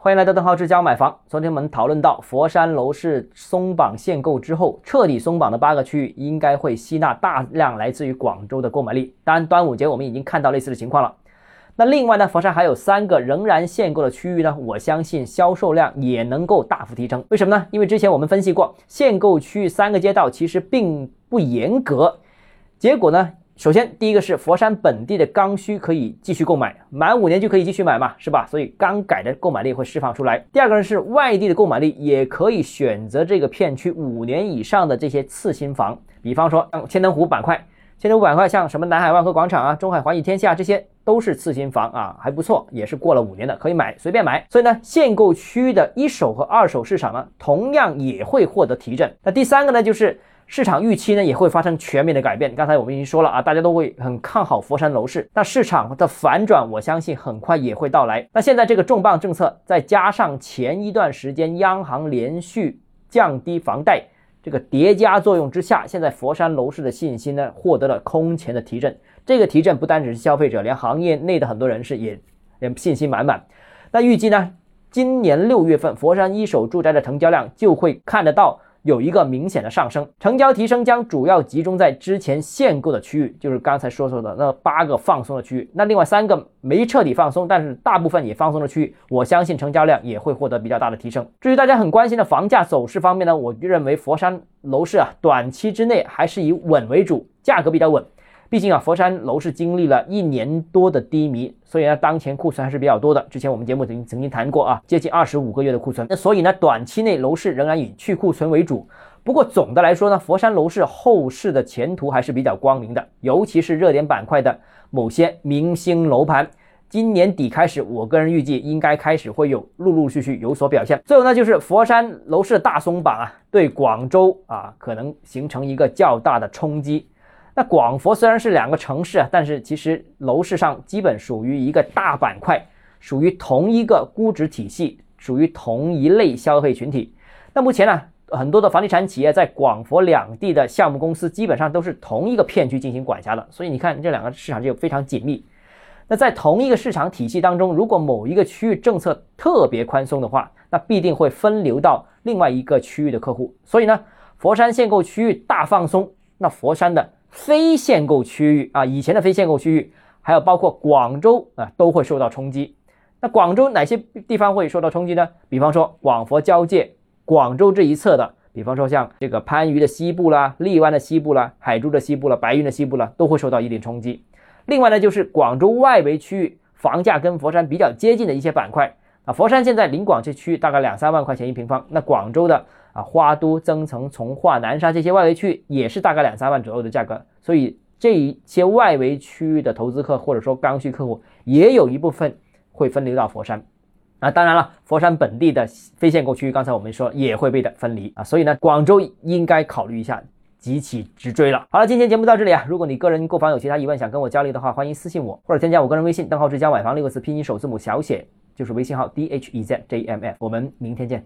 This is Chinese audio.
欢迎来到邓浩之教买房。昨天我们讨论到佛山楼市松绑限购之后，彻底松绑的8个区域应该会吸纳大量来自于广州的购买力。当然，端午节我们已经看到类似的情况了。那另外呢，佛山还有3个仍然限购的区域呢，我相信销售量也能够大幅提升。为什么呢？因为之前我们分析过，限购区域3个街道其实并不严格，结果呢，首先第一个是佛山本地的刚需可以继续购买，满5年就可以继续买嘛，是吧？所以刚改的购买力会释放出来。第二个是外地的购买力也可以选择这个片区5年以上的这些次新房，比方说像千灯湖板块，像什么南海万科广场啊、中海环宇天下，这些都是次新房啊，还不错，也是过了5年的，可以买，随便买。所以呢，限购区域的一手和二手市场呢，同样也会获得提振。那第三个呢，就是市场预期呢也会发生全面的改变。刚才我们已经说了啊，大家都会很看好佛山楼市，那市场的反转我相信很快也会到来。那现在这个重磅政策，再加上前一段时间央行连续降低房贷，这个叠加作用之下，现在佛山楼市的信心呢获得了空前的提振。这个提振不单只是消费者，连行业内的很多人士也信心满满。那预计呢，今年6月份佛山一手住宅的成交量就会看得到有一个明显的上升，成交提升将主要集中在之前限购的区域，就是刚才说的那8个放松的区域。那另外3个没彻底放松，但是大部分也放松的区域，我相信成交量也会获得比较大的提升。至于大家很关心的房价走势方面呢，我认为佛山楼市短期之内还是以稳为主，价格比较稳。毕竟佛山楼市经历了1年多的低迷，所以呢，当前库存还是比较多的。之前我们节目曾经谈过接近25个月的库存。那所以呢，短期内楼市仍然以去库存为主。不过总的来说呢，佛山楼市后市的前途还是比较光明的，尤其是热点板块的某些明星楼盘。今年底开始，我个人预计应该开始会陆续有所表现。最后呢，就是佛山楼市的大松绑对广州可能形成一个较大的冲击。那广佛虽然是2个城市但是其实楼市上基本属于一个大板块，属于同一个估值体系，属于同一类消费群体。那目前呢，很多的房地产企业在广佛2地的项目公司基本上都是同一个片区进行管辖的，所以你看这2个市场就非常紧密。那在同一个市场体系当中，如果某一个区域政策特别宽松的话，那必定会分流到另外一个区域的客户。所以呢，佛山限购区域大放松，那佛山的非限购区域以前的非限购区域，还有包括广州都会受到冲击。那广州哪些地方会受到冲击呢？比方说广佛交界，广州这一侧的，比方说像这个番禺的西部啦、荔湾的西部啦、海珠的西部啦、白云的西部啦，都会受到一定冲击。另外呢，就是广州外围区域房价跟佛山比较接近的一些板块佛山现在临广这区域大概2-3万块钱1平方，那广州的花都、增城、从化、南沙这些外围区域也是大概2-3万左右的价格，所以这一些外围区域的投资客或者说刚需客户也有一部分会分流到佛山当然了，佛山本地的非限购区域刚才我们说也会被分离所以呢，广州应该考虑一下急起直追了。好了，今天节目到这里如果你个人购房有其他疑问想跟我交流的话，欢迎私信我或者添加我个人微信邓浩之教买房6个字拼音首字母小写，就是微信号DHEZJMF。我们明天见。